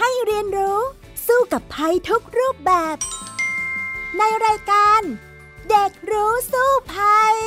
ให้เรียนรู้สู้กับภัยทุกรูปแบบในรายการเด็กรู้สู้ภัย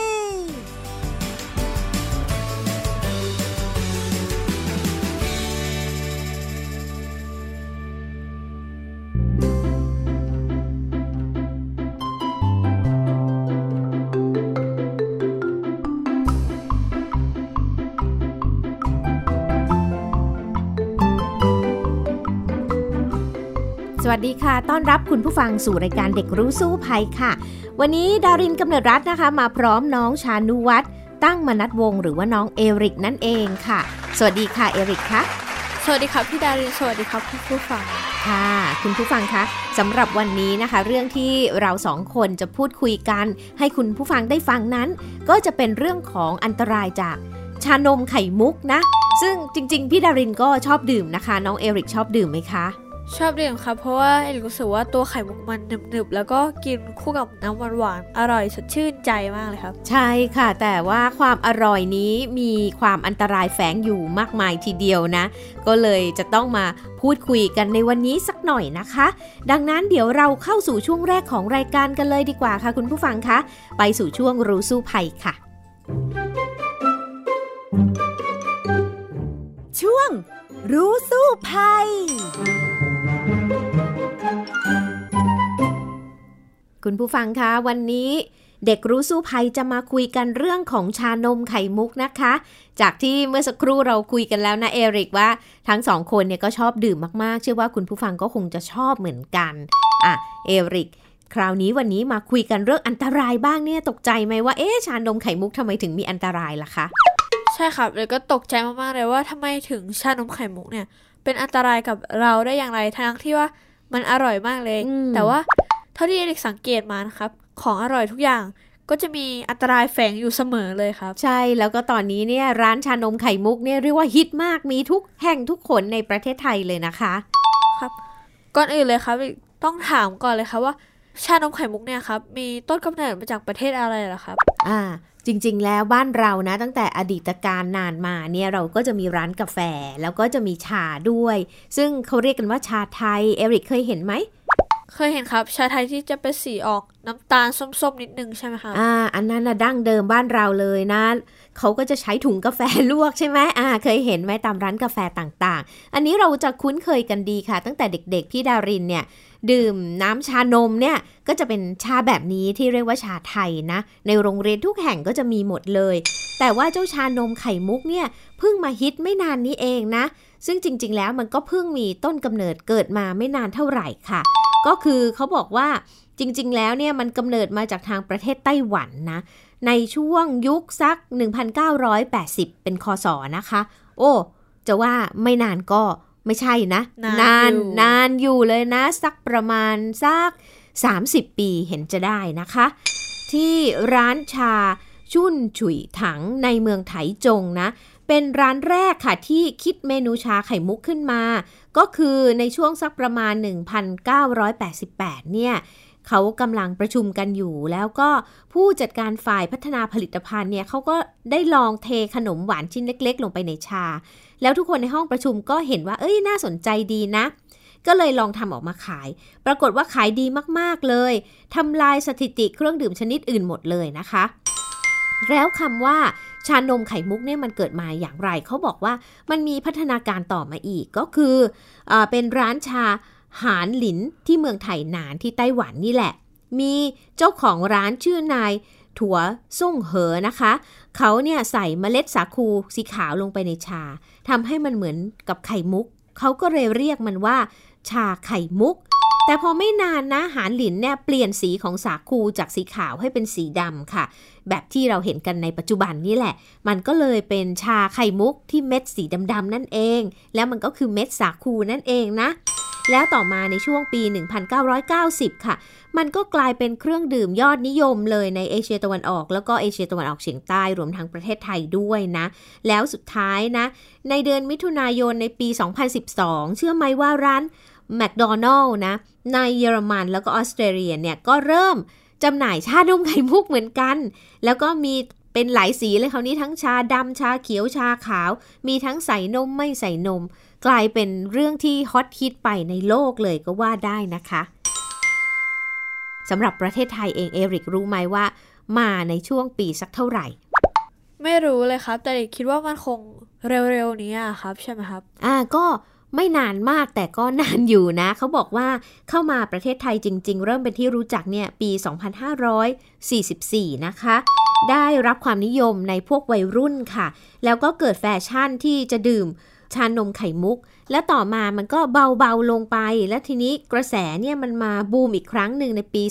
สวัสดีค่ะต้อนรับคุณผู้ฟังสู่รายการเด็กรู้สู้ภัยค่ะวันนี้ดารินกำเนิดรัตน์นะคะมาพร้อมน้องชานุวัฒน์ตั้งมนัสวงศ์หรือว่าน้องเอริกนั่นเองค่ะสวัสดีค่ะเอริกค่ะสวัสดีครับพี่ดารินสวัสดีครับคุณผู้ฟังค่ะคุณผู้ฟังคะสำหรับวันนี้นะคะเรื่องที่เราสองคนจะพูดคุยกันให้คุณผู้ฟังได้ฟังนั้นก็จะเป็นเรื่องของอันตรายจากชานมไข่มุกนะซึ่งจริงๆพี่ดารินก็ชอบดื่มนะคะน้องเอริกชอบดื่มไหมคะชอบดื่มครับเพราะว่ารู้สึกว่าตัวไข่มุกมันหนึบๆแล้วก็กินคู่กับน้ำหวานๆอร่อยสดชื่นใจมากเลยครับใช่ค่ะแต่ว่าความอร่อยนี้มีความอันตรายแฝงอยู่มากมายทีเดียวนะก็เลยจะต้องมาพูดคุยกันในวันนี้สักหน่อยนะคะดังนั้นเดี๋ยวเราเข้าสู่ช่วงแรกของรายการกันเลยดีกว่าค่ะคุณผู้ฟังคะไปสู่ช่วงรู้สู้ภัยค่ะช่วงรู้สู้ภัยคุณผู้ฟังคะวันนี้เด็กรู้สู้ภัยจะมาคุยกันเรื่องของชานมไข่มุกนะคะจากที่เมื่อสักครู่เราคุยกันแล้วนะเอริกว่าทั้งสองคนเนี่ยก็ชอบดื่มมากๆเชื่อว่าคุณผู้ฟังก็คงจะชอบเหมือนกันเอริกคราวนี้วันนี้มาคุยกันเรื่องอันตรายบ้างเนี่ยตกใจไหมว่าชานมไข่มุกทำไมถึงมีอันตรายล่ะคะใช่ครับเลยก็ตกใจมากๆเลยว่าทำไมถึงชานมไข่มุกเนี่ยเป็นอันตรายกับเราได้อย่างไรทั้งที่ว่ามันอร่อยมากเลยแต่ว่าเท่าที่เอริกสังเกตมานะครับของอร่อยทุกอย่างก็จะมีอันตรายแฝงอยู่เสมอเลยครับใช่แล้วก็ตอนนี้เนี่ยร้านชานมไข่มุกเนี่ยเรียกว่าฮิตมากมีทุกแห่งทุกคนในประเทศไทยเลยนะคะครับก่อนอื่นเลยครับต้องถามก่อนเลยครับว่าชานมไข่มุกเนี่ยครับมีต้นกำเนิดมาจากประเทศอะไรล่ะครับจริงๆแล้วบ้านเรานะตั้งแต่อดีตการนานมาเนี่ยเราก็จะมีร้านกาแฟแล้วก็จะมีชาด้วยซึ่งเขาเรียกกันว่าชาไทยเอริกเคยเห็นไหมเคยเห็นครับชาไทยที่จะเป็นสีออกน้ำตาลส้มๆนิดนึงใช่ไหมครับอันนั้นน่ะดั้งเดิมบ้านเราเลยนะเขาก็จะใช้ถุงกาแฟลวกใช่ไหมเคยเห็นไหมตามร้านกาแฟต่างๆอันนี้เราจะคุ้นเคยกันดีค่ะตั้งแต่เด็กๆพี่ดารินเนี่ยดื่มน้ำชานมเนี่ยก็จะเป็นชาแบบนี้ที่เรียกว่าชาไทยนะในโรงเรียนทุกแห่งก็จะมีหมดเลยแต่ว่าเจ้าชานมไข่มุกเนี่ยเพิ่งมาฮิตไม่นานนี้เองนะซึ่งจริงๆแล้วมันก็เพิ่งมีต้นกำเนิดเกิดมาไม่นานเท่าไหร่ค่ะก็คือเขาบอกว่าจริงๆแล้วเนี่ยมันกำเนิดมาจากทางประเทศไต้หวันนะในช่วงยุคสัก 1980 เป็นคศนะคะจะว่าไม่นานก็ไม่ใช่นะนานอยู่เลยนะสักประมาณสัก30 ปีเห็นจะได้นะคะที่ร้านชาชุ่นฉุยถังในเมืองไถจงนะเป็นร้านแรกค่ะที่คิดเมนูชาไข่มุกขึ้นมาก็คือในช่วงสักประมาณ 1988 เนี่ยเขากำลังประชุมกันอยู่แล้วก็ผู้จัดการฝ่ายพัฒนาผลิตภัณฑ์เนี่ยเขาก็ได้ลองเทขนมหวานชิ้นเล็กๆลงไปในชาแล้วทุกคนในห้องประชุมก็เห็นว่าน่าสนใจดีนะก็เลยลองทำออกมาขายปรากฏว่าขายดีมากๆเลยทำลายสถิติเครื่องดื่มชนิดอื่นหมดเลยนะคะแล้วคำว่าชานมไข่มุกเนี่ยมันเกิดมาอย่างไรเขาบอกว่ามันมีพัฒนาการต่อมาอีกก็คือเป็นร้านชาหานหลินที่เมืองไถหนานที่ไต้หวันนี่แหละมีเจ้าของร้านชื่อนายถัวซ่งเหอนะคะเขาเนี่ยใส่เมล็ดสาคูสีขาวลงไปในชาทำให้มันเหมือนกับไข่มุกเขาก็เลยเรียกมันว่าชาไข่มุกแต่พอไม่นานนะหานหลินเนี่ยเปลี่ยนสีของสาคูจากสีขาวให้เป็นสีดำค่ะแบบที่เราเห็นกันในปัจจุบันนี่แหละมันก็เลยเป็นชาไข่มุกที่เม็ดสีดำๆนั่นเองแล้วมันก็คือเม็ดสาคูนั่นเองนะแล้วต่อมาในช่วงปี 1990 ค่ะมันก็กลายเป็นเครื่องดื่มยอดนิยมเลยในเอเชียตะวันออกแล้วก็เอเชียตะวันออกเฉียงใต้รวมทั้งประเทศไทยด้วยนะแล้วสุดท้ายนะในเดือนมิถุนายนในปี 2012 เชื่อไหมว่าร้านแมคโดนัลล์นะในเยอรมันแล้วก็ออสเตรเลียเนี่ยก็เริ่มจำหน่ายชานมไข่มุกเหมือนกันแล้วก็มีเป็นหลายสีเลยคราวนี้ทั้งชาดำชาเขียวชาขาวมีทั้งใส่นมไม่ใส่นมกลายเป็นเรื่องที่ฮอตฮิตไปในโลกเลยก็ว่าได้นะคะสำหรับประเทศไทยเองเอริกรู้ไหมว่ามาในช่วงปีสักเท่าไหร่ไม่รู้เลยครับแต่คิดว่ามันคงเร็วๆนี้ครับใช่ไหมครับก็ไม่นานมากแต่ก็นานอยู่นะเขาบอกว่าเข้ามาประเทศไทยจริงๆเริ่มเป็นที่รู้จักเนี่ยปี 2544 นะคะได้รับความนิยมในพวกวัยรุ่นค่ะแล้วก็เกิดแฟชั่นที่จะดื่มชานมไข่มุกและต่อมามันก็เบาๆลงไปและทีนี้กระแสเนี่ยมันมาบูมอีกครั้งหนึ่งในปี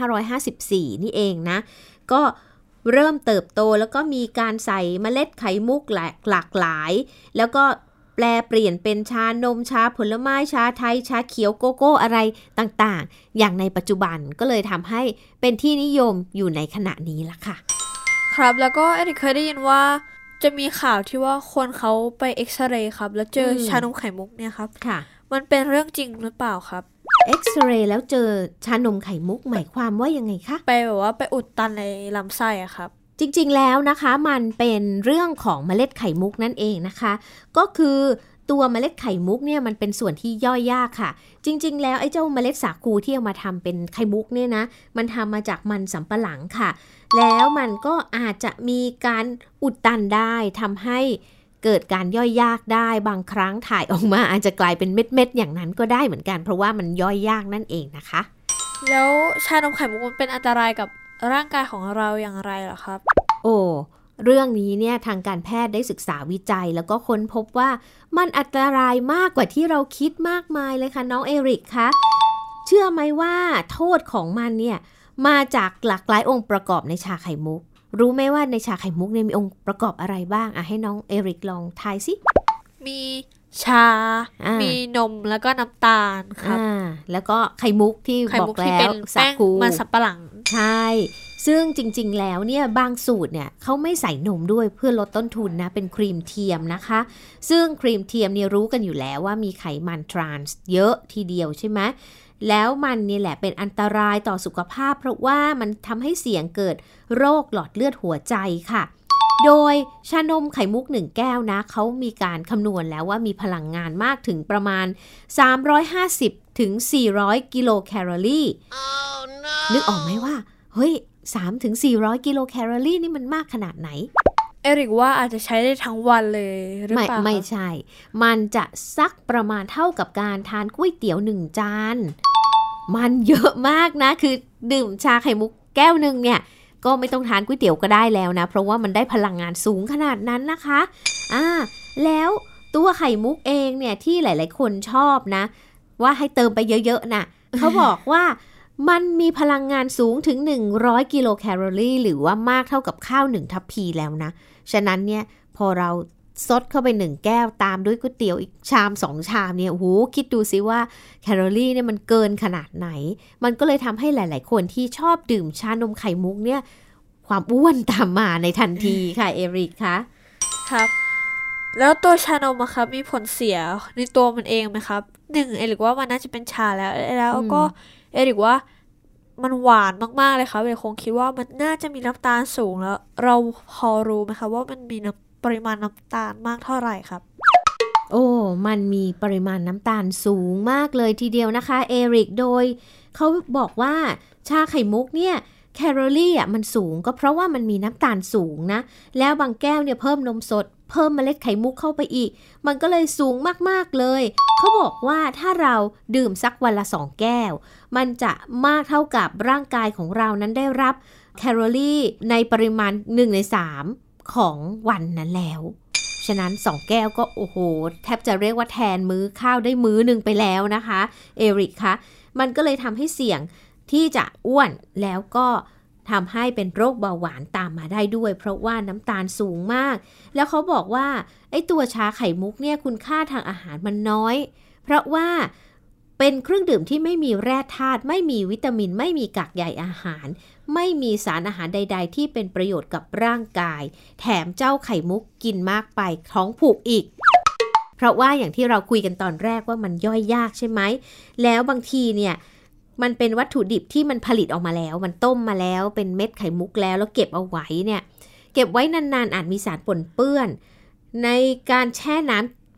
2554 นี่เองนะก็เริ่มเติบโตแล้วก็มีการใส่เมล็ดไข่มุกหลากหลายแล้วก็แปลเปลี่ยนเป็นชานมชาผลไม้ชาไทยชาเขียวโกโก้อะไรต่างๆอย่างในปัจจุบันก็เลยทำให้เป็นที่นิยมอยู่ในขณะนี้ละค่ะครับแล้วก็เอริกเคยได้ยินว่าจะมีข่าวที่ว่าคนเขาไปเอ็กซเรย์ครับแล้วเจอชานมไข่มุกเนี่ยครับค่ะมันเป็นเรื่องจริงหรือเปล่าครับเอ็กซเรย์แล้วเจอชานมไข่มุกหมายความว่ายังไงคะไปแบบว่าไปอุดตันในลำไส้ครับจริงๆแล้วนะคะมันเป็นเรื่องของเมล็ดไข่มุกนั่นเองนะคะก็คือตัวเมล็ดไข่มุกเนี่ยมันเป็นส่วนที่ย่อยยากค่ะจริงๆแล้วไอ้เจ้าเมล็ดสาคูที่เอามาทำเป็นไข่มุกเนี่ยนะมันทำมาจากมันสำปะหลังค่ะแล้วมันก็อาจจะมีการอุดตันได้ทำให้เกิดการย่อยยากได้บางครั้งถ่ายออกมาอาจจะกลายเป็นเม็ดๆอย่างนั้นก็ได้เหมือนกันเพราะว่ามันย่อยยากนั่นเองนะคะแล้วชานมไข่มุกมันเป็นอันตรายกับร่างกายของเราอย่างไรเหรอครับเรื่องนี้เนี่ยทางการแพทย์ได้ศึกษาวิจัยแล้วก็ค้นพบว่ามันอันตรายมากกว่าที่เราคิดมากมายเลยค่ะน้องเอริกคะเชื่อไหมว่าโทษของมันเนี่ยมาจากหลากหลายองค์ประกอบในชาไข่มุกรู้ไหมว่าในชาไข่มุกเนี่ยมีองค์ประกอบอะไรบ้างให้น้องเอริกลองทายสิมีชามีนมแล้วก็น้ำตาลครับแล้วก็ไข่มุกที่บอกแล้วสาคูมันสับปะหลังใช่ซึ่งจริงๆแล้วเนี่ยบางสูตรเนี่ยเขาไม่ใส่นมด้วยเพื่อลดต้นทุนนะเป็นครีมเทียมนะคะซึ่งครีมเทียมเนี่ยรู้กันอยู่แล้วว่ามีไขมันทรานส์เยอะทีเดียวใช่ไหมแล้วมันนี่แหละเป็นอันตรายต่อสุขภาพเพราะว่ามันทำให้เสี่ยงเกิดโรคหลอดเลือดหัวใจค่ะโดยชานมไข่มุก1แก้วนะเขามีการคำนวณแล้วว่ามีพลังงานมากถึงประมาณ350ถึง400กิโลแคลอรี่ นึกออกไหมว่าเฮ้ย3ถึง400กิโลแคลอรี่นี่มันมากขนาดไหนเอริกว่าอาจจะใช้ได้ทั้งวันเลยหรือเปล่าไม่ใช่มันจะสักประมาณเท่ากับการทานก๋วยเตี๋ยว1จานมันเยอะมากนะคือดื่มชาไข่มุกแก้วนึงเนี่ยก็ไม่ต้องทานก๋วยเตี๋ยวก็ได้แล้วนะเพราะว่ามันได้พลังงานสูงขนาดนั้นนะคะแล้วตัวไข่มุกเองเนี่ยที่หลายๆคนชอบนะว่าให้เติมไปเยอะๆนะเขาบอกว่ามันมีพลังงานสูงถึง100กิโลแคลอรี่หรือว่ามากเท่ากับข้าว1ทัพพีแล้วนะฉะนั้นเนี่ยพอเราซดเข้าไป1แก้วตามด้วยก๋วยเตี๋ยวอีกชาม2ชามเนี่ยโอ้โหคิดดูสิว่าแคลอรี่เนี่ยมันเกินขนาดไหนมันก็เลยทำให้หลายๆคนที่ชอบดื่มชานมไข่มุกเนี่ยความอ้วนตามมาในทันทีค่ะเอริกคะครับแล้วตัวชานมอะครับมีผลเสียในตัวมันเองไหมครับเอริกว่ามันน่าจะเป็นชาแล้วก็เอริกว่ามันหวานมากๆเลยครับเอริกคงคิดว่ามันน่าจะมีน้ำตาลสูงแล้วเราพอรู้ไหมครับว่ามันมีปริมาณน้ำตาลมากเท่าไหร่ครับมันมีปริมาณน้ำตาลสูงมากเลยทีเดียวนะคะเอริกโดยเขาบอกว่าชาไข่มุกเนี่ยแคลอรี่มันสูงก็เพราะว่ามันมีน้ำตาลสูงนะแล้วบางแก้วเนี่ยเพิ่มนมสดเพิ่มเมล็ดไข่มุกเข้าไปอีกมันก็เลยสูงมากๆเลยเขาบอกว่าถ้าเราดื่มสักวันละ2แก้วมันจะมากเท่ากับร่างกายของเรานั้นได้รับแคลอรี่ในปริมาณ1ใน3ของวันนั้นแล้วฉะนั้น2แก้วก็โอ้โหแทบจะเรียกว่าแทนมื้อข้าวได้มื้อนึงไปแล้วนะคะเอริกคะมันก็เลยทำให้เสี่ยงที่จะอ้วนแล้วก็ทำให้เป็นโรคเบาหวานตามมาได้ด้วยเพราะว่าน้ำตาลสูงมากแล้วเขาบอกว่าไอ้ตัวชาไข่มุกเนี่ยคุณค่าทางอาหารมันน้อยเพราะว่าเป็นเครื่องดื่มที่ไม่มีแร่ธาตุไม่มีวิตามินไม่มีกากใยอาหารไม่มีสารอาหารใดๆที่เป็นประโยชน์กับร่างกายแถมเจ้าไข่มุกกินมากไปท้องผูกอีกเพราะว่าอย่างที่เราคุยกันตอนแรกว่ามันย่อยยากใช่ไหมแล้วบางทีเนี่ยมันเป็นวัตถุดิบที่มันผลิตออกมาแล้วมันต้มมาแล้วเป็นเม็ดไข่มุกแล้วเก็บเอาไว้เนี่ยเก็บไว้นานๆอาจมีสารปนเปื้อนในการแช่น้ำ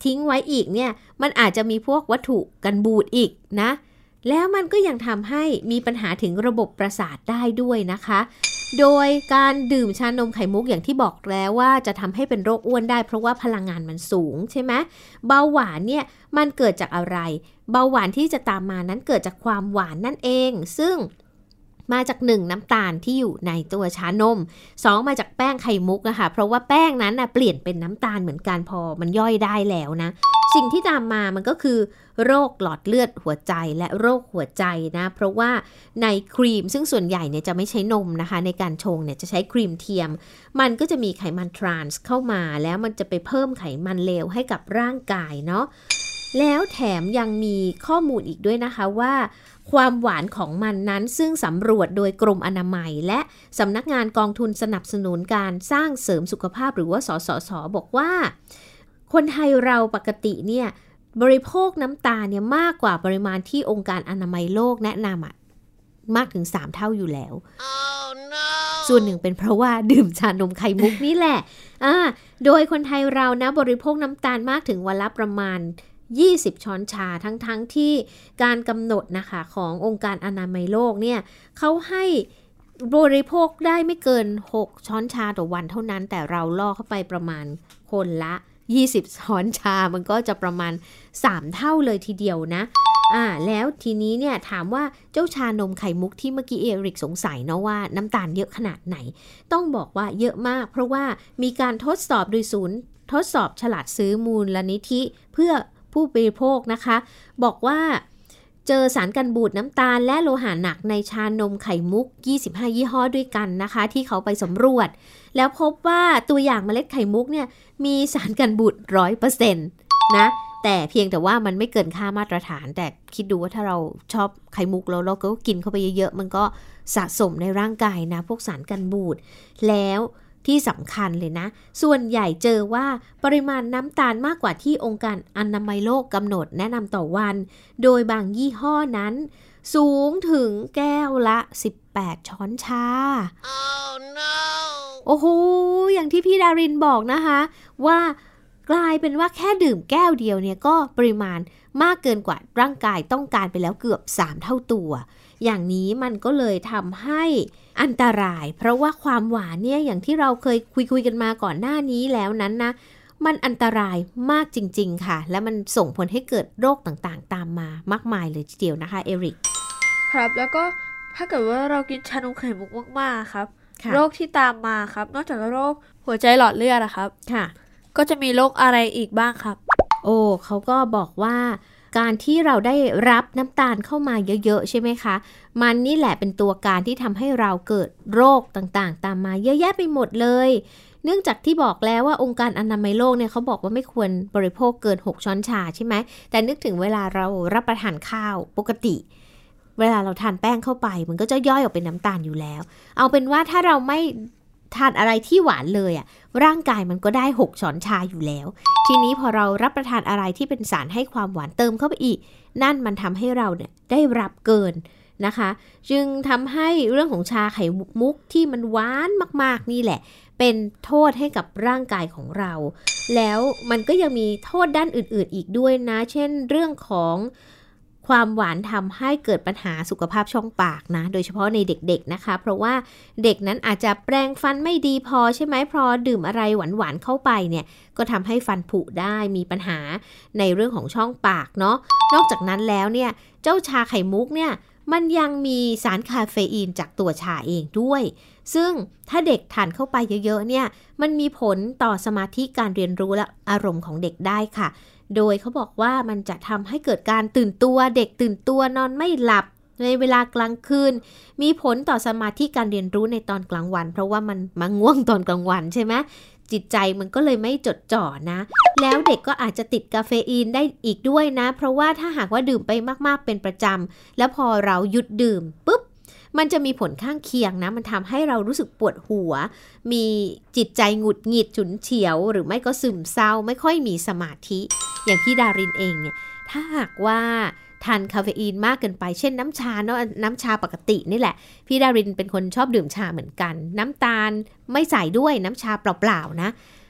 ทิ้งไว้อีกเนี่ยมันอาจจะมีพวกวัตถุกันบูดอีกนะแล้วมันก็ยังทำให้มีปัญหาถึงระบบประสาทได้ด้วยนะคะโดยการดื่มชานมไข่มุกอย่างที่บอกแล้วว่าจะทำให้เป็นโรคอ้วนได้เพราะว่าพลังงานมันสูงใช่ไหมเบาหวานเนี่ยมันเกิดจากอะไรเบาหวานที่จะตามมานั้นเกิดจากความหวานนั่นเองซึ่งมาจาก1น้ำตาลที่อยู่ในตัวชานม2มาจากแป้งไข่มุกนะคะเพราะว่าแป้งนั้นเปลี่ยนเป็นน้ำตาลเหมือนกันพอมันย่อยได้แล้วนะสิ่งที่ตามมามันก็คือโรคหลอดเลือดหัวใจและโรคหัวใจนะเพราะว่าในครีมซึ่งส่วนใหญ่เนี่ยจะไม่ใช้นมนะคะในการชงเนี่ยจะใช้ครีมเทียมมันก็จะมีไขมันทรานส์เข้ามาแล้วมันจะไปเพิ่มไขมันเลวให้กับร่างกายเนาะแล้วแถมยังมีข้อมูลอีกด้วยนะคะว่าความหวานของมันนั้นซึ่งสำรวจโดยกรมอนามัยและสำนักงานกองทุนสนับสนุนการสร้างเสริมสุขภาพหรือว่าสสส.บอกว่าคนไทยเราปกติเนี่ยบริโภคน้ำตาลเนี่ยมากกว่าปริมาณที่องค์การอนามัยโลกแนะนำมากถึง3เท่าอยู่แล้ว oh, no. ส่วนหนึ่งเป็นเพราะว่าดื่มชานมไข่มุกนี่แหละโดยคนไทยเรานะบริโภคน้ำตาลมากถึงวันละประมาณ20ช้อนชาทั้งที่การกำหนดนะคะขององค์การอนามัยโลกเนี่ยเขาให้บริโภคได้ไม่เกิน6ช้อนชาต่อวันเท่านั้นแต่เราล่อเข้าไปประมาณคนละ20ช้อนชามันก็จะประมาณ3เท่าเลยทีเดียวนะแล้วทีนี้เนี่ยถามว่าเจ้าชานมไข่มุกที่เมื่อกี้เอริกสงสัยเนาะว่าน้ำตาลเยอะขนาดไหนต้องบอกว่าเยอะมากเพราะว่ามีการทดสอบโดยศูนย์ทดสอบฉลาดซื้อมูลนิธิเพื่อผู้บริโภคนะคะบอกว่าเจอสารกันบูดน้ำตาลและโลหะหนักในชานมไข่มุก25ยี่ห้อด้วยกันนะคะที่เขาไปสำรวจแล้วพบว่าตัวอย่างเมล็ดไข่มุกเนี่ยมีสารกันบูด 100% นะแต่เพียงแต่ว่ามันไม่เกินค่ามาตรฐานแต่คิดดูว่าถ้าเราชอบไข่มุกแล้วเราก็กินเข้าไปเยอะๆมันก็สะสมในร่างกายนะพวกสารกันบูดแล้วที่สำคัญเลยนะส่วนใหญ่เจอว่าปริมาณน้ำตาลมากกว่าที่องค์การอนามัยโลกกำหนดแนะนำต่อวันโดยบางยี่ห้อนั้นสูงถึงแก้วละ18ช้อนชา oh, no. โอ้โหอย่างที่พี่ดารินบอกนะคะว่ากลายเป็นว่าแค่ดื่มแก้วเดียวเนี่ยก็ปริมาณมากเกินกว่าร่างกายต้องการไปแล้วเกือบ3เท่าตัวอย่างนี้มันก็เลยทำให้อันตรายเพราะว่าความหวานเนี่ยอย่างที่เราเคยคุยกันมาก่อนหน้านี้แล้วนั้นนะมันอันตรายมากจริงๆค่ะและมันส่งผลให้เกิดโรคต่างๆตามมามากมายเลยทีเดียวนะคะเอริกครับแล้วก็ถ้าเกิดว่าเรากินชานมไข่มุกมากๆครับโรคที่ตามมาครับนอกจากโรคหัวใจหลอดเลือดอะครับค่ะก็จะมีโรคอะไรอีกบ้างครับเขาก็บอกว่าการที่เราได้รับน้ำตาลเข้ามาเยอะๆใช่ไหมคะมันนี่แหละเป็นตัวการที่ทำให้เราเกิดโรคต่างๆตามมาเยอะแยะไปหมดเลยเนื่องจากที่บอกแล้วว่าองค์การอนามัยโลกเนี่ยเขาบอกว่าไม่ควรบริโภคเกิน6ช้อนชาใช่ไหมแต่นึกถึงเวลาเรารับประทานข้าวปกติเวลาเราทานแป้งเข้าไปมันก็จะย่อยออกเป็นน้ำตาลอยู่แล้วเอาเป็นว่าถ้าเราไม่ทานอะไรที่หวานเลยร่างกายมันก็ได้6ช้อนชาอยู่แล้วทีนี้พอเรารับประทานอะไรที่เป็นสารให้ความหวานเติมเข้าไปอีกนั่นมันทำให้เราเนี่ยได้รับเกินนะคะจึงทำให้เรื่องของชาไข่มุกที่มันหวานมากๆนี่แหละเป็นโทษให้กับร่างกายของเราแล้วมันก็ยังมีโทษด้านอื่นๆอีกด้วยนะเช่นเรื่องของความหวานทำให้เกิดปัญหาสุขภาพช่องปากนะโดยเฉพาะในเด็กๆนะคะเพราะว่าเด็กนั้นอาจจะแปรงฟันไม่ดีพอใช่ไหมพอดื่มอะไรหวานๆเข้าไปเนี่ยก็ทำให้ฟันผุได้มีปัญหาในเรื่องของช่องปากเนาะนอกจากนั้นแล้วเนี่ยเจ้าชาไข่มุกเนี่ยมันยังมีสารคาเฟอีนจากตัวชาเองด้วยซึ่งถ้าเด็กทานเข้าไปเยอะๆเนี่ยมันมีผลต่อสมาธิการเรียนรู้และอารมณ์ของเด็กได้ค่ะโดยเขาบอกว่ามันจะทำให้เกิดการตื่นตัวเด็กตื่นตัวนอนไม่หลับในเวลากลางคืนมีผลต่อสมาธิการเรียนรู้ในตอนกลางวันเพราะว่ามันมาง่วงตอนกลางวันใช่ไหมจิตใจมันก็เลยไม่จดจ่อนะแล้วเด็กก็อาจจะติดกาเฟอีนได้อีกด้วยนะเพราะว่าถ้าหากว่าดื่มไปมากๆเป็นประจำแล้วพอเราหยุดดื่มปุ๊บมันจะมีผลข้างเคียงนะมันทำให้เรารู้สึกปวดหัวมีจิตใจหงุดหงิดฉุนเฉียวหรือไม่ก็ซึมเศร้าไม่ค่อยมีสมาธิอย่างพี่ดารินเองเนี่ยถ้าหากว่าทานคาเฟอีนมากเกินไปเช่นน้ำชาเนาะน้ำชาปกตินี่แหละพี่ดารินเป็นคนชอบดื่มชาเหมือนกันน้ำตาลไม่ใส่ด้วยน้ำชาเปล่าๆนะ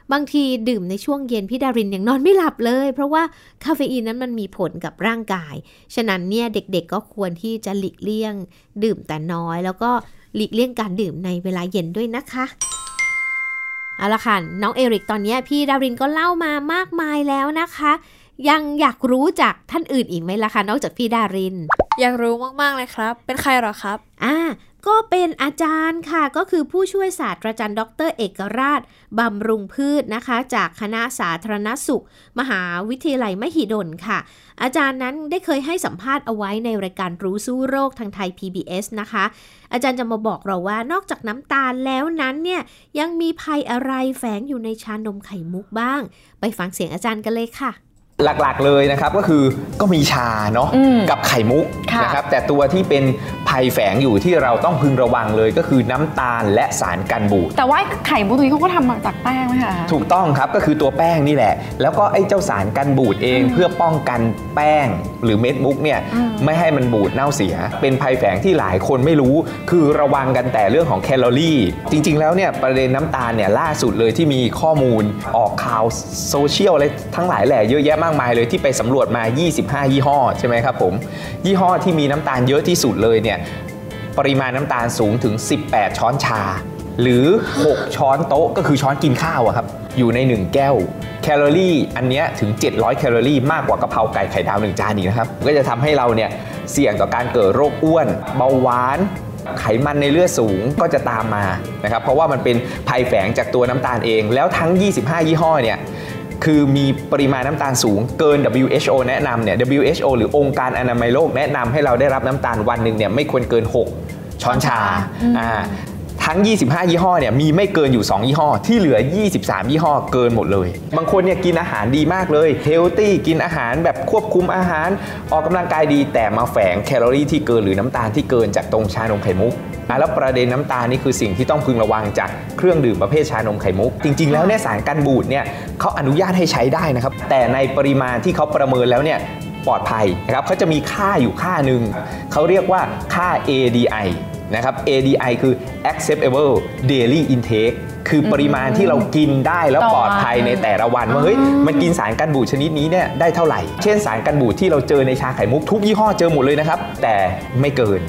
บางทีดื่มในช่วงเย็นพี่ดารินยังนอนไม่หลับเลยเพราะว่าคาเฟอีนนั้นมันมีผลกับร่างกายฉะนั้นเนี่ยเด็กๆก็ควรที่จะหลีกเลี่ยงดื่มแต่น้อยแล้วก็หลีกเลี่ยงการดื่มในเวลาเย็นด้วยนะคะเอาละค่ะน้องเอริกตอนนี้พี่ดารินก็เล่ามามากมายแล้วนะคะยังอยากรู้จากท่านอื่นอีกไหมล่ะคะนอกจากพี่ดารินอยากรู้มากๆเลยครับเป็นใครหรอครับก็เป็นอาจารย์ค่ะก็คือผู้ช่วยศาสตราจารย์ดร.เอกราชบำรุงพืชนะคะจากคณะสาธารณสุขมหาวิทยาลัยมหิดลค่ะอาจารย์นั้นได้เคยให้สัมภาษณ์เอาไว้ในรายการรู้สู้โรคทางไทย PBS นะคะอาจารย์จะมาบอกเราว่านอกจากน้ำตาลแล้วนั้นเนี่ยยังมีภัยอะไรแฝงอยู่ในชานมไข่มุกบ้างไปฟังเสียงอาจารย์กันเลยค่ะหลักๆเลยนะครับก็คือก็มีชาเนาะกับไข่มุกนะครับแต่ตัวที่เป็นภัยแฝงอยู่ที่เราต้องพึงระวังเลยก็คือน้ำตาลและสารกันบูดแต่ว่าไข่มุกนี้เขาก็ทำมาจากแป้งไหมคะถูกต้องครับก็คือตัวแป้งนี่แหละแล้วก็ไอ้เจ้าสารกันบูดเองเพื่อป้องกันแป้งหรือเม็ดมุกเนี่ยไม่ให้มันบูดเน่าเสียเป็นภัยแฝงที่หลายคนไม่รู้คือระวังกันแต่เรื่องของแคลอรี่จริงๆแล้วเนี่ยประเด็นน้ำตาลเนี่ยล่าสุดเลยที่มีข้อมูลออกข่าวโซเชียลอะไรทั้งหลายแหล่เยอะแยะมากมายเลยที่ไปสำรวจมา25ยี่ห้อใช่ไหมครับผมยี่ห้อที่มีน้ำตาลเยอะที่สุดเลยเนี่ยปริมาณน้ำตาลสูงถึง18ช้อนชาหรือ6ช้อนโต๊ะก็คือช้อนกินข้าวอะครับอยู่ใน1แก้วแคลอรี่อันเนี้ยถึง700แคลอรี่มากกว่ากะเพราไก่ไข่ดาว1จานอีกนะครับก็จะทำให้เราเนี่ยเสี่ยงต่อการเกิดโรคอ้วนเบาหวานไขมันในเลือดสูงก็จะตามมานะครับเพราะว่ามันเป็นภัยแฝงจากตัวน้ำตาลเองแล้วทั้ง25ยี่ห้อเนี่ยคือมีปริมาณน้ำตาลสูงเกิน WHO แนะนำเนี่ย WHO หรือองค์การอนามัยโลกแนะนำให้เราได้รับน้ำตาลวันหนึ่งเนี่ยไม่ควรเกิน6ช้อนชาทั้ง25ยี่ห้อเนี่ยมีไม่เกินอยู่2ยี่ห้อที่เหลือ23ยี่ห้อเกินหมดเลยบางคนเนี่ยกินอาหารดีมากเลยเฮลตี้กินอาหารแบบควบคุมอาหารออกกำลังกายดีแต่มาแฝงแคลอรี่ที่เกินหรือน้ำตาลที่เกินจากตรงชานมไข่มุกแล้วประเด็นน้ำตาลนี่คือสิ่งที่ต้องพึงระวังจากเครื่องดื่มประเภทชานมไข่มุกจริงๆแล้วเนี่ยสารกันบูดเนี่ยเขาอนุญาตให้ใช้ได้นะครับแต่ในปริมาณที่เขาประเมินแล้วเนี่ยปลอดภัยนะครับเขาจะมีค่าอยู่ค่าหนึ่งเขาเรียกว่าค่า ADI นะครับ ADI คือ acceptable daily intake คือปริมาณที่เรากินได้แล้วปลอดภัยในแต่ละวันว่าเฮ้ยมันกินสารกันบูดชนิดนี้เนี่ยได้เท่าไหร่เช่นสารกันบูดที่เราเจอในชาไข่มุกทุกยี่ห้อเจอหมดเลยนะครับแต่ไม่เกิน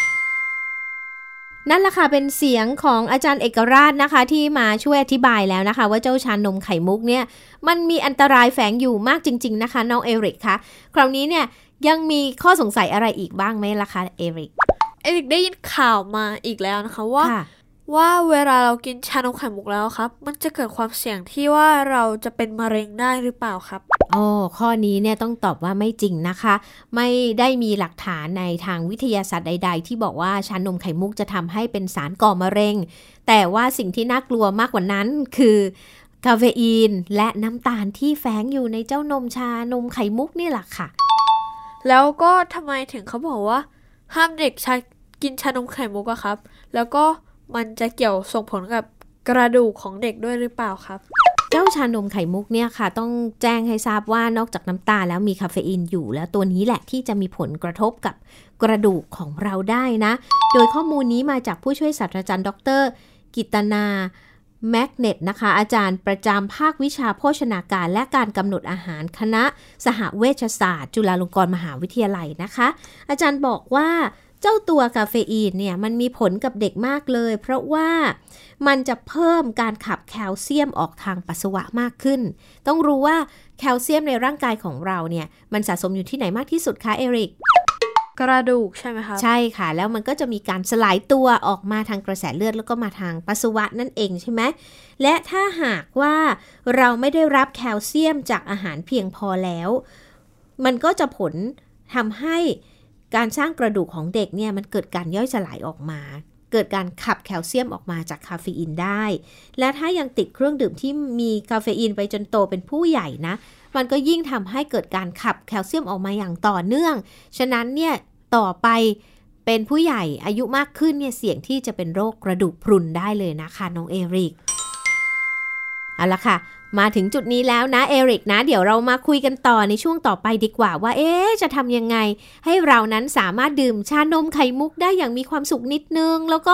นั่นแหละค่ะเป็นเสียงของอาจารย์เอกราชนะคะที่มาช่วยอธิบายแล้วนะคะว่าเจ้าชานมไข่มุกเนี่ยมันมีอันตรายแฝงอยู่มากจริงๆนะคะน้องเอริกคะคราวนี้เนี่ยยังมีข้อสงสัยอะไรอีกบ้างไหมล่ะคะเอริกได้ยินข่าวมาอีกแล้วนะคะว่าเวลาเรากินชานมไข่มุกแล้วครับมันจะเกิดความเสี่ยงที่ว่าเราจะเป็นมะเร็งได้หรือเปล่าครับข้อนี้เนี่ยต้องตอบว่าไม่จริงนะคะไม่ได้มีหลักฐานในทางวิทยาศาสตร์ใดๆที่บอกว่าชานมไข่มุกจะทำให้เป็นสารก่อมะเร็งแต่ว่าสิ่งที่น่ากลัวมากกว่านั้นคือคาเฟอีนและน้ำตาลที่แฝงอยู่ในเจ้านมชานมไข่มุกนี่แหละค่ะแล้วก็ทำไมถึงเขาบอกว่าห้ามเด็กกินชานมไข่มุกอะครับแล้วก็มันจะเกี่ยวส่งผลกับกระดูกของเด็กด้วยหรือเปล่าครับเจ้าชานมไข่มุกเนี่ยค่ะต้องแจ้งให้ทราบว่านอกจากน้ำตาลแล้วมีคาเฟอีนอยู่แล้วตัวนี้แหละที่จะมีผลกระทบกับกระดูกของเราได้นะโดยข้อมูลนี้มาจากผู้ช่วยศาสตราจารย์ดร.กิตนาแมกเนตนะคะอาจารย์ประจำภาควิชาโภชนาการและการกำหนดอาหารคณะสหเวชศาสตร์จุฬาลงกรณ์มหาวิทยาลัยนะคะอาจารย์บอกว่าเจ้าตัวคาเฟอีนเนี่ยมันมีผลกับเด็กมากเลยเพราะว่ามันจะเพิ่มการขับแคลเซียมออกทางปัสสาวะมากขึ้นต้องรู้ว่าแคลเซียมในร่างกายของเราเนี่ยมันสะสมอยู่ที่ไหนมากที่สุดคะเอริกกระดูกใช่ไหมคะใช่ค่ะแล้วมันก็จะมีการสลายตัวออกมาทางกระแสเลือดแล้วก็มาทางปัสสาวะนั่นเองใช่ไหมและถ้าหากว่าเราไม่ได้รับแคลเซียมจากอาหารเพียงพอแล้วมันก็จะผลทำให้การสร้างกระดูกของเด็กเนี่ยมันเกิดการย่อยสลายออกมาเกิดการขับแคลเซียมออกมาจากคาเฟอีนได้และถ้ายังติดเครื่องดื่มที่มีคาเฟอีนไปจนโตเป็นผู้ใหญ่นะมันก็ยิ่งทำให้เกิดการขับแคลเซียมออกมาอย่างต่อเนื่องฉะนั้นเนี่ยต่อไปเป็นผู้ใหญ่อายุมากขึ้นเนี่ยเสี่ยงที่จะเป็นโรคกระดูกพรุนได้เลยนะคะน้องเอริกเอาละค่ะมาถึงจุดนี้แล้วนะเอริกนะเดี๋ยวเรามาคุยกันต่อในช่วงต่อไปดีกว่าว่าจะทำยังไงให้เรานั้นสามารถดื่มชานมไข่มุกได้อย่างมีความสุขนิดนึงแล้วก็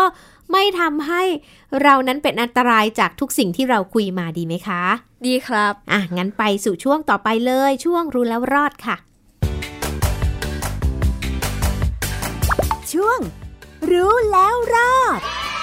ไม่ทำให้เรานั้นเป็นอันตรายจากทุกสิ่งที่เราคุยมาดีไหมคะดีครับงั้นไปสู่ช่วงต่อไปเลยช่วงรู้แล้วรอดค่ะช่วงรู้แล้วรอด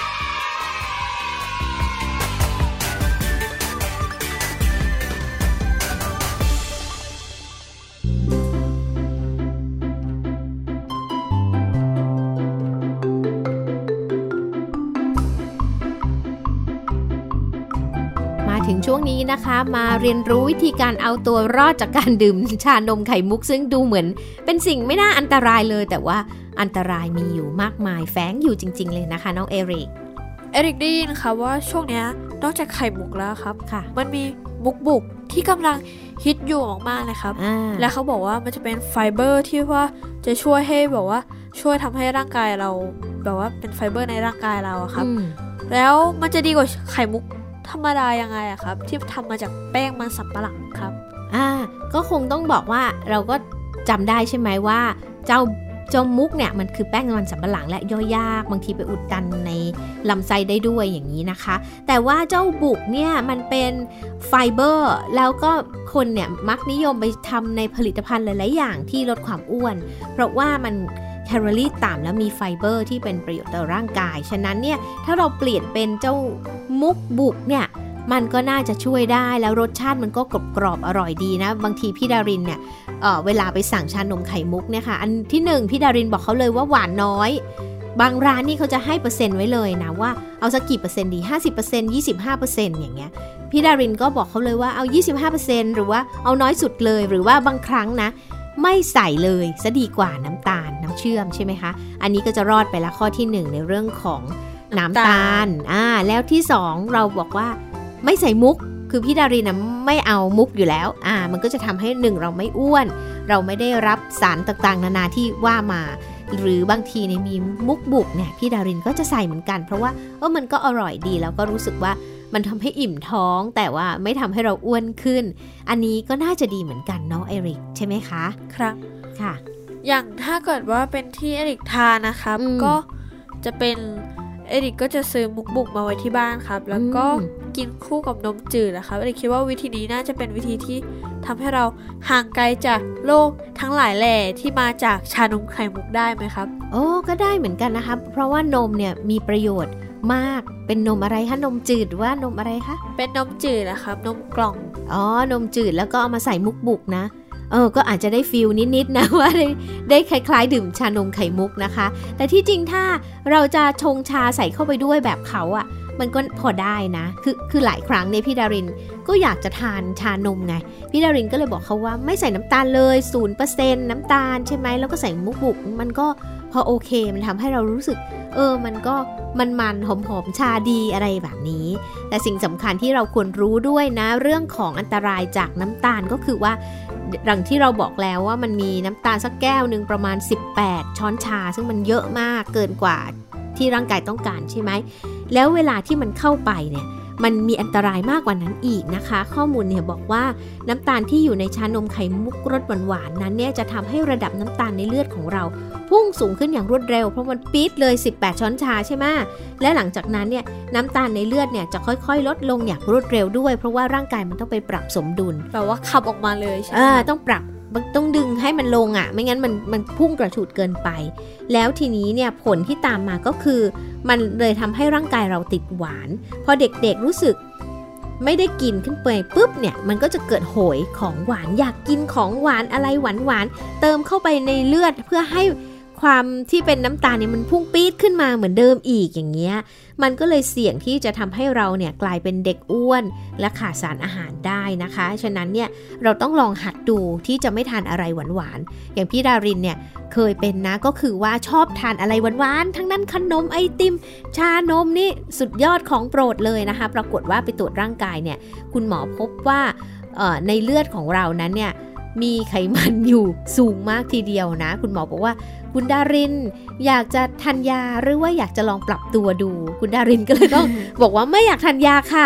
ถึงช่วงนี้นะคะมาเรียนรู้วิธีการเอาตัวรอดจากการดื่มชานมไข่มุกซึ่งดูเหมือนเป็นสิ่งไม่น่าอันตรายเลยแต่ว่าอันตรายมีอยู่มากมายแฝงอยู่จริงๆเลยนะคะน้องเอริกได้ยินค่ะว่าช่วงนี้นอกจากไข่มุกแล้วครับค่ะมันมีมุกบุกที่กำลังฮิตอยู่มากๆเลยครับและเขาบอกว่ามันจะเป็นไฟเบอร์ที่ว่าจะช่วยให้แบบว่าช่วยทำให้ร่างกายเราแบบว่าเป็นไฟเบอร์ในร่างกายเราครับแล้วมันจะดีกว่าไข่มุกธรรมดายังไงอะครับที่ทำมาจากแป้งมันสำปะหลังครับก็คงต้องบอกว่าเราก็จำได้ใช่ไหมว่าเจ้ามุกเนี่ยมันคือแป้งมันสำปะหลังและย่อยยากบางทีไปอุดตันในลำไส้ได้ด้วยอย่างนี้นะคะแต่ว่าเจ้าบุกเนี่ยมันเป็นไฟเบอร์แล้วก็คนเนี่ยมักนิยมไปทำในผลิตภัณฑ์หลายๆอย่างที่ลดความอ้วนเพราะว่ามันแคลอรี่ต่ำแล้วมีไฟเบอร์ที่เป็นประโยชน์ต่อร่างกายฉะนั้นเนี่ยถ้าเราเปลี่ยนเป็นเจ้ามุกบุกเนี่ยมันก็น่าจะช่วยได้แล้วรสชาติมันก็กรอบอร่อยดีนะบางทีพี่ดารินเนี่ยเวลาไปสั่งชานมไข่มุกเนี่ยค่ะอันที่1พี่ดารินบอกเขาเลยว่าหวานน้อยบางร้านนี่เขาจะให้เปอร์เซ็นต์ไว้เลยนะว่าเอาสักกี่เปอร์เซ็นต์ดี 50% 25% อย่างเงี้ยพี่ดารินก็บอกเขาเลยว่าเอา 25% หรือว่าเอาน้อยสุดเลยหรือว่าบางครั้งนะไม่ใส่เลยซะดีกว่าน้ำตาลน้ำเชื่อมใช่ไหมคะอันนี้ก็จะรอดไปละข้อที่1ในเรื่องของน้ำตาลแล้วที่2เราบอกว่าไม่ใส่มุกคือพี่ดารินนะไม่เอามุกอยู่แล้วมันก็จะทำให้1เราไม่อ้วนเราไม่ได้รับสารต่างๆนานาที่ว่ามาหรือบางทีเนี่ยมีมุกบุกเนี่ยพี่ดารินก็จะใส่เหมือนกันเพราะว่ามันก็อร่อยดีแล้วก็รู้สึกว่ามันทำให้อิ่มท้องแต่ว่าไม่ทำให้เราอ้วนขึ้นอันนี้ก็น่าจะดีเหมือนกันเนาะเอริกใช่ไหมคะครับค่ะอย่างถ้าเกิดว่าเป็นที่เอริกทานนะครับก็จะเป็นเอริกก็จะซื้อมุกบุกมาไว้ที่บ้านครับแล้วก็กินคู่กับนมจืดนะครับเอริกคิดว่าวิธีนี้น่าจะเป็นวิธีที่ทำให้เราห่างไกลจากโรคทั้งหลายแหล่ที่มาจากชานมไข่มุกได้ไหมครับก็ได้เหมือนกันนะคะเพราะว่านมเนี่ยมีประโยชน์มากเป็นนมอะไรคะนมจืดหรือว่านมอะไรคะเป็นนมจืดนะครับนมกล่องนมจืดแล้วก็เอามาใส่มุกบุกนะก็อาจจะได้ฟีลนิดๆนะว่าได้คล้ายๆดื่มชานมไข่มุกนะคะแต่ที่จริงถ้าเราจะชงชาใส่เข้าไปด้วยแบบเขามันก็พอได้นะคือหลายครั้งเนี่ยพี่ดารินก็อยากจะทานชานมไงพี่ดารินก็เลยบอกเขาว่าไม่ใส่น้ำตาลเลย 0% น้ำตาลใช่ไหมแล้วก็ใส่มุกบุกมันก็พอโอเคมันทำให้เรารู้สึกมันก็มันหอมๆชาดีอะไรแบบนี้แต่สิ่งสำคัญที่เราควรรู้ด้วยนะเรื่องของอันตรายจากน้ำตาลก็คือว่าดังที่เราบอกแล้วว่ามันมีน้ำตาลสักแก้วนึงประมาณ18ช้อนชาซึ่งมันเยอะมากเกินกว่าที่ร่างกายต้องการใช่ไหมแล้วเวลาที่มันเข้าไปเนี่ยมันมีอันตรายมากกว่านั้นอีกนะคะข้อมูลเนี่ยบอกว่าน้ำตาลที่อยู่ในชานมไข่มุกรสหวานๆนั้นเนี่ยจะทำให้ระดับน้ำตาลในเลือดของเราพุ่งสูงขึ้นอย่างรวดเร็วเพราะมันปี๊ดเลย18ช้อนชาใช่ไหมและหลังจากนั้นเนี่ยน้ำตาลในเลือดเนี่ยจะค่อยๆลดลงอย่างรวดเร็วด้วยเพราะว่าร่างกายมันต้องไปปรับสมดุลแปลว่าขับออกมาเลยใช่ไหมต้องปรับต้องดึงให้มันลงไม่งั้นมันพุ่งกระฉูดเกินไปแล้วทีนี้เนี่ยผลที่ตามมาก็คือมันเลยทำให้ร่างกายเราติดหวานพอเด็กๆรู้สึกไม่ได้กินขึ้นไปปุ๊บเนี่ยมันก็จะเกิดโหยของหวานอยากกินของหวานอะไรหวานๆเติมเข้าไปในเลือดเพื่อให้ความที่เป็นน้ำตาลเนี่ยมันพุ่งปี๊ดขึ้นมาเหมือนเดิมอีกอย่างเงี้ยมันก็เลยเสี่ยงที่จะทำให้เราเนี่ยกลายเป็นเด็กอ้วนและขาดสารอาหารได้นะคะฉะนั้นเนี่ยเราต้องลองหัดดูที่จะไม่ทานอะไรหวานๆอย่างพี่ดารินเนี่ยเคยเป็นนะก็คือว่าชอบทานอะไรหวานๆทั้งนั้นขนมไอติมชานมนี่สุดยอดของโปรดเลยนะคะปรากฏว่าไปตรวจร่างกายเนี่ยคุณหมอพบว่าในเลือดของเรานั้นเนี่ยมีไขมันอยู่สูงมากทีเดียวนะคุณหมอบอกว่าคุณดารินอยากจะทานยาหรือว่าอยากจะลองปรับตัวดูคุณดารินก็เลยต้อง บอกว่าไม่อยากทานยาค่ะ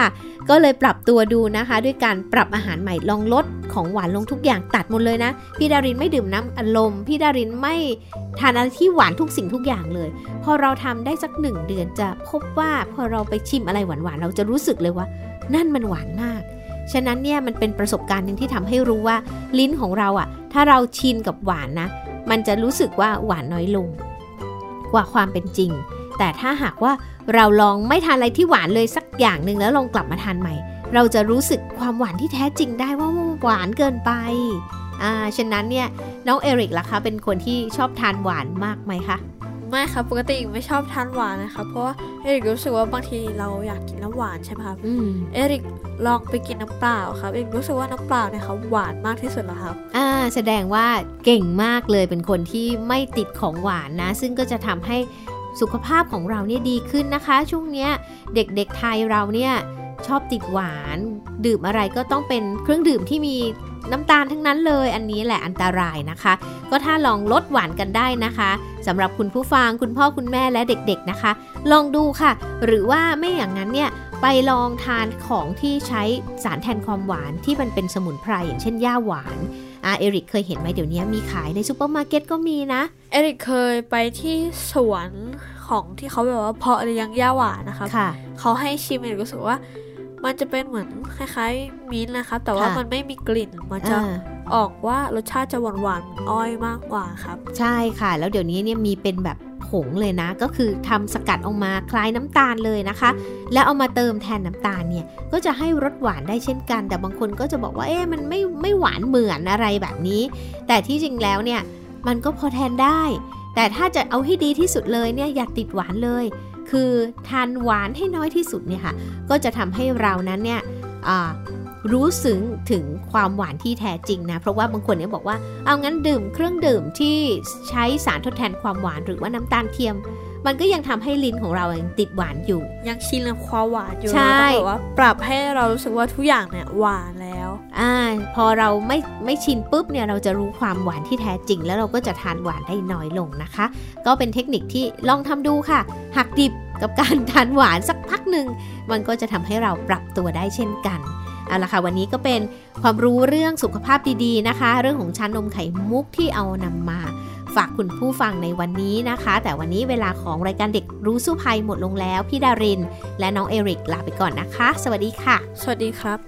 ก็เลยปรับตัวดูนะคะด้วยการปรับอาหารใหม่ลองลดของหวานลงทุกอย่างตัดหมดเลยนะพี่ดารินไม่ดื่มน้ำอัดลมพี่ดารินไม่ทานอะไรที่หวานทุกสิ่งทุกอย่างเลยพอเราทำได้สัก1 เดือนจะพบว่าพอเราไปชิมอะไรหวานๆเราจะรู้สึกเลยว่านั่นมันหวานมากฉะนั้นเนี่ยมันเป็นประสบการณ์นึงที่ทำให้รู้ว่าลิ้นของเราอ่ะถ้าเราชินกับหวานนะมันจะรู้สึกว่าหวานน้อยลงกว่าความเป็นจริงแต่ถ้าหากว่าเราลองไม่ทานอะไรที่หวานเลยสักอย่างนึงแล้วลองกลับมาทานใหม่เราจะรู้สึกความหวานที่แท้จริงได้ว่าหวานเกินไปฉะนั้นเนี่ยน้องเอริกล่ะคะเป็นคนที่ชอบทานหวานมากไหมคะไม่ครับปกติไม่ชอบทานหวานนะครับเพราะว่าเอริกรู้สึกว่าบางทีเราอยากกินน้ำหวานใช่ไหมครับเอริกลองไปกินน้ำเปล่าครับเอริกรู้สึกว่าน้ำเปล่าเนี่ยครับหวานมากที่สุดแล้วครับแสดงว่าเก่งมากเลยเป็นคนที่ไม่ติดของหวานนะซึ่งก็จะทำให้สุขภาพของเราเนี่ยดีขึ้นนะคะช่วงเนี้ยเด็กๆไทยเราเนี่ยชอบติดหวานดื่มอะไรก็ต้องเป็นเครื่องดื่มที่มีน้ำตาลทั้งนั้นเลยอันนี้แหละอันตรายนะคะก็ถ้าลองลดหวานกันได้นะคะสำหรับคุณผู้ฟังคุณพ่อคุณแม่และเด็กๆนะคะลองดูค่ะหรือว่าไม่อย่างนั้นเนี่ยไปลองทานของที่ใช้สารแทนความหวานที่มันเป็นสมุนไพรอย่างเช่นหญ้าหวานเอริกเคยเห็นไหมเดี๋ยวนี้มีขายในซูเปอร์มาร์เก็ตก็มีนะเอริกเคยไปที่สวนของที่เขาแบบว่าเพาะเลี้ยงหญ้าหวานนะคะเขาให้ชิมเอริกรู้สึกว่ามันจะเป็นเหมือนคล้ายๆมิ้นท์นะครับแต่ว่ามันไม่มีกลิ่นมันจะออกว่ารสชาติจะหวานๆอ้อยมากกว่าครับใช่ค่ะแล้วเดี๋ยวนี้เนี่ยมีเป็นแบบผงเลยนะก็คือทำสกัดออกมาคล้ายน้ำตาลเลยนะคะแล้วเอามาเติมแทนน้ำตาลเนี่ยก็จะให้รสหวานได้เช่นกันแต่บางคนก็จะบอกว่ามันไม่หวานเหมือนอะไรแบบนี้แต่ที่จริงแล้วเนี่ยมันก็พอแทนได้แต่ถ้าจะเอาให้ดีที่สุดเลยเนี่ยอย่าติดหวานเลยคือทานหวานให้น้อยที่สุดเนี่ยค่ะก็จะทำให้เรานั้นเนี่ยรู้สึกถึงความหวานที่แท้จริงนะเพราะว่าบางคนเนี่ยบอกว่าเอางั้นดื่มเครื่องดื่มที่ใช้สารทดแทนความหวานหรือว่าน้ำตาลเทียมมันก็ยังทำให้ลิ้นของเรายังติดหวานอยู่ยังชินกับความหวานอยู่ใช่แต่ว่าปรับให้เรารู้สึกว่าทุกอย่างเนี่ยหวานแล้วพอเราไม่ชินปุ๊บเนี่ยเราจะรู้ความหวานที่แท้จริงแล้วเราก็จะทานหวานได้น้อยลงนะคะก็เป็นเทคนิคที่ลองทำดูค่ะหักดิบกับการทานหวานสักพักหนึ่งมันก็จะทำให้เราปรับตัวได้เช่นกันเอาล่ะค่ะวันนี้ก็เป็นความรู้เรื่องสุขภาพดีๆนะคะเรื่องของชานมไข่มุกที่เอานำมาฝากคุณผู้ฟังในวันนี้นะคะแต่วันนี้เวลาของรายการเด็กรู้สู้ภัยหมดลงแล้วพี่ดารินและน้องเอริกลาไปก่อนนะคะสวัสดีค่ะสวัสดีครับ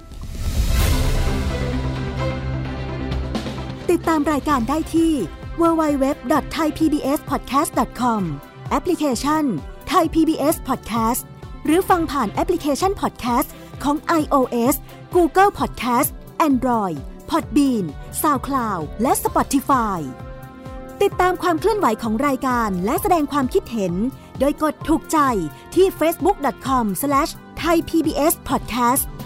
ติดตามรายการได้ที่ www.thaipbspodcast.com แอปพลิเคชัน Thai PBS Podcast หรือฟังผ่านแอปพลิเคชัน Podcast ของ iOS Google Podcast Android Podbean SoundCloud และ Spotify ติดตามความเคลื่อนไหวของรายการและแสดงความคิดเห็นโดยกดถูกใจที่ facebook.com/thaipbspodcast